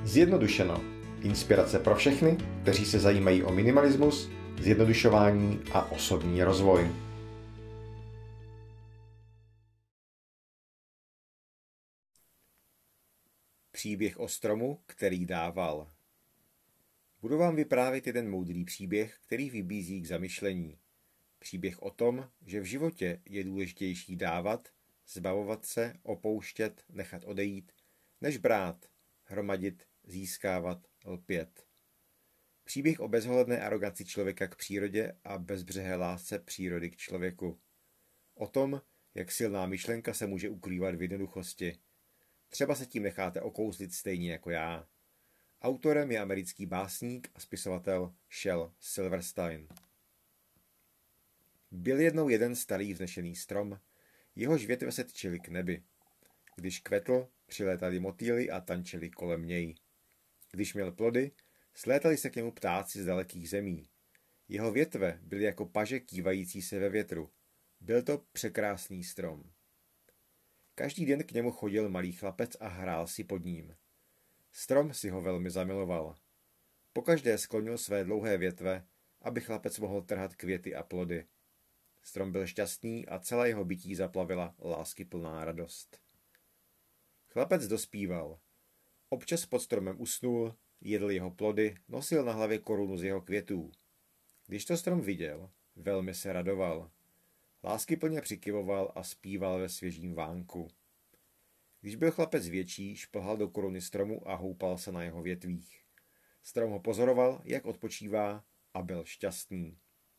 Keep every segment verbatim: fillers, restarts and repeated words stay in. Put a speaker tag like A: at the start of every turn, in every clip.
A: Zjednodušeno. Inspirace pro všechny, kteří se zajímají o minimalismus, zjednodušování a osobní rozvoj. Příběh o stromu, který dával. Budu vám vyprávět jeden moudrý příběh, který vybízí k zamyšlení. Příběh o tom, že v životě je důležitější dávat, zbavovat se, opouštět, nechat odejít, než brát, hromadit, získávat, lpět. Příběh o bezhledné aroganci člověka k přírodě a bezbřehé lásce přírody k člověku. O tom, jak silná myšlenka se může ukrývat v jednoduchosti. Třeba se tím necháte okouzlit stejně jako já. Autorem je americký básník a spisovatel Shel Silverstein. Byl jednou jeden starý vznešený strom, jehož větve se tyčily k nebi. Když kvetl, přilétali motýly a tančili kolem něj. Když měl plody, slétali se k němu ptáci z dalekých zemí. Jeho větve byly jako paže kývající se ve větru. Byl to překrásný strom. Každý den k němu chodil malý chlapec a hrál si pod ním. Strom si ho velmi zamiloval. Pokaždé sklonil své dlouhé větve, aby chlapec mohl trhat květy a plody. Strom byl šťastný a celé jeho bytí zaplavila láskyplná radost. Chlapec dospíval. Občas pod stromem usnul, jedl jeho plody, nosil na hlavě korunu z jeho květů. Když to strom viděl, velmi se radoval. Láskyplně přikyvoval a zpíval ve svěžím vánku. Když byl chlapec větší, šplhal do koruny stromu a houpal se na jeho větvích. Strom ho pozoroval, jak odpočívá, a byl šťastný.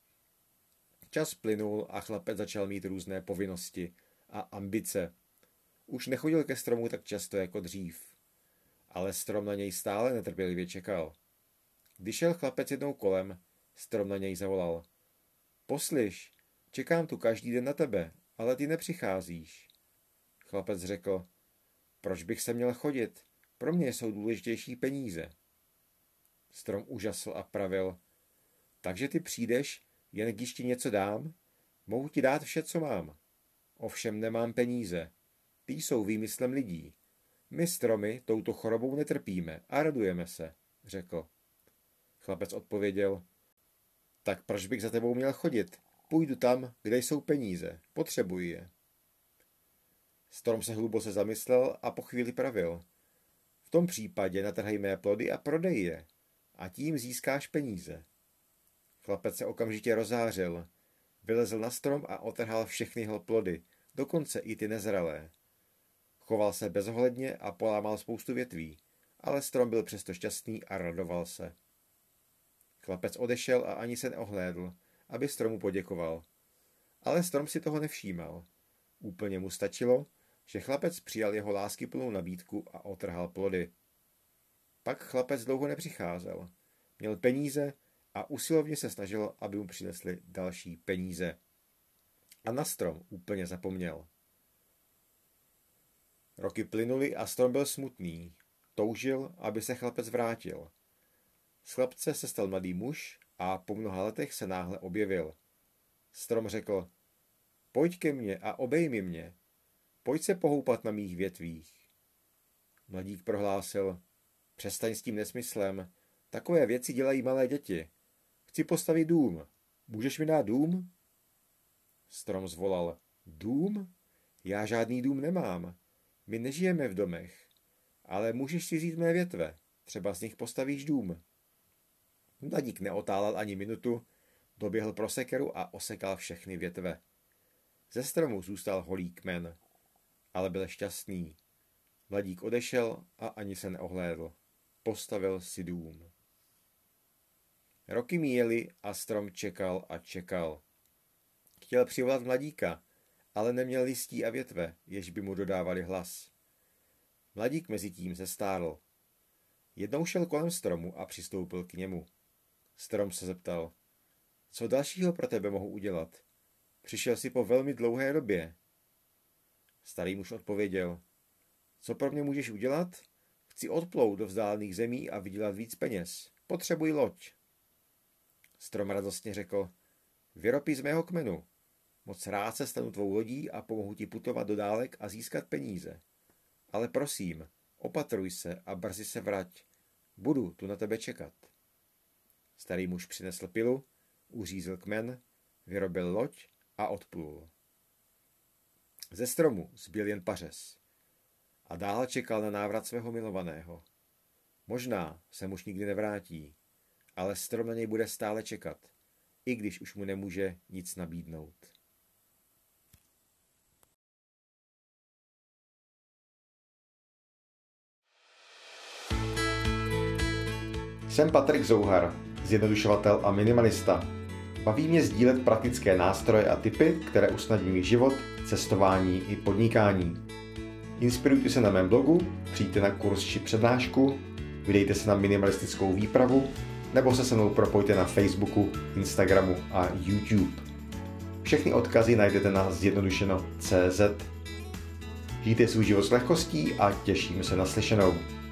A: Čas plynul a chlapec začal mít různé povinnosti a ambice. Už nechodil ke stromu tak často jako dřív. Ale strom na něj stále netrpělivě čekal. Když šel chlapec jednou kolem, strom na něj zavolal. Poslyš, čekám tu každý den na tebe, ale ty nepřicházíš. Chlapec řekl, proč bych se měl chodit? Pro mě jsou důležitější peníze. Strom užasl a pravil, takže ty přijdeš, jen když ti něco dám? Mohu ti dát vše, co mám. Ovšem nemám peníze. Ty jsou výmyslem lidí. My stromy touto chorobou netrpíme a radujeme se, řekl. Chlapec odpověděl, tak proč bych za tebou měl chodit? Půjdu tam, kde jsou peníze. Potřebuji je. Strom se hluboce zamyslel a po chvíli pravil. V tom případě natrhej mé plody a prodej je. A tím získáš peníze. Chlapec se okamžitě rozářil. Vylezl na strom a otrhal všechny jeho plody, dokonce i ty nezralé. Choval se bezohledně a polámal spoustu větví, ale strom byl přesto šťastný a radoval se. Chlapec odešel a ani se neohlédl, aby stromu poděkoval. Ale strom si toho nevšímal. Úplně mu stačilo, že chlapec přijal jeho láskyplnou nabídku a otrhal plody. Pak chlapec dlouho nepřicházel. Měl peníze a usilovně se snažil, aby mu přinesli další peníze. A na strom úplně zapomněl. Roky plynuly a strom byl smutný. Toužil, aby se chlapec vrátil. Z chlapce se stal mladý muž a po mnoha letech se náhle objevil. Strom řekl, pojď ke mně a obejmi mě. Pojď se pohoupat na mých větvích. Mladík prohlásil, přestaň s tím nesmyslem. Takové věci dělají malé děti. Chci postavit dům. Můžeš mi dát dům? Strom zvolal, dům? Já žádný dům nemám. My nežijeme v domech. Ale můžeš si vzít mé větve. Třeba z nich postavíš dům. Mladík neotálel ani minutu, doběhl pro sekeru a osekal všechny větve. Ze stromu zůstal holý kmen. Ale byl šťastný. Mladík odešel a ani se neohlédl. Postavil si dům. Roky míjely a strom čekal a čekal. Chtěl přivolat mladíka, ale neměl listí a větve, jež by mu dodávali hlas. Mladík mezi tím zestárl. Jednou šel kolem stromu a přistoupil k němu. Strom se zeptal, co dalšího pro tebe mohu udělat? Přišel jsi po velmi dlouhé době. Starý muž odpověděl, co pro mě můžeš udělat? Chci odplout do vzdálených zemí a vydělat víc peněz. Potřebuji loď. Strom radostně řekl, vyropi z mého kmenu. Moc rád se stanu tvou lodí a pomohu ti putovat do dálek a získat peníze. Ale prosím, opatruj se a brzy se vrať. Budu tu na tebe čekat. Starý muž přinesl pilu, uřízl kmen, vyrobil loď a odplul. Ze stromu zbyl jen pařez a dál čekal na návrat svého milovaného. Možná se muž nikdy nevrátí, ale strom na něj bude stále čekat, i když už mu nemůže nic nabídnout. Jsem Patrik Zouhar, zjednodušovatel a minimalista. Baví mě sdílet praktické nástroje a tipy, které usnadňují život, cestování i podnikání. Inspirujte se na mém blogu, přijďte na kurz či přednášku, vydejte se na minimalistickou výpravu nebo se se mnou propojte na Facebooku, Instagramu a YouTube. Všechny odkazy najdete na zjednodušeno tečka cé zet. Žijte svůj život s lehkostí a těším se na slyšenou.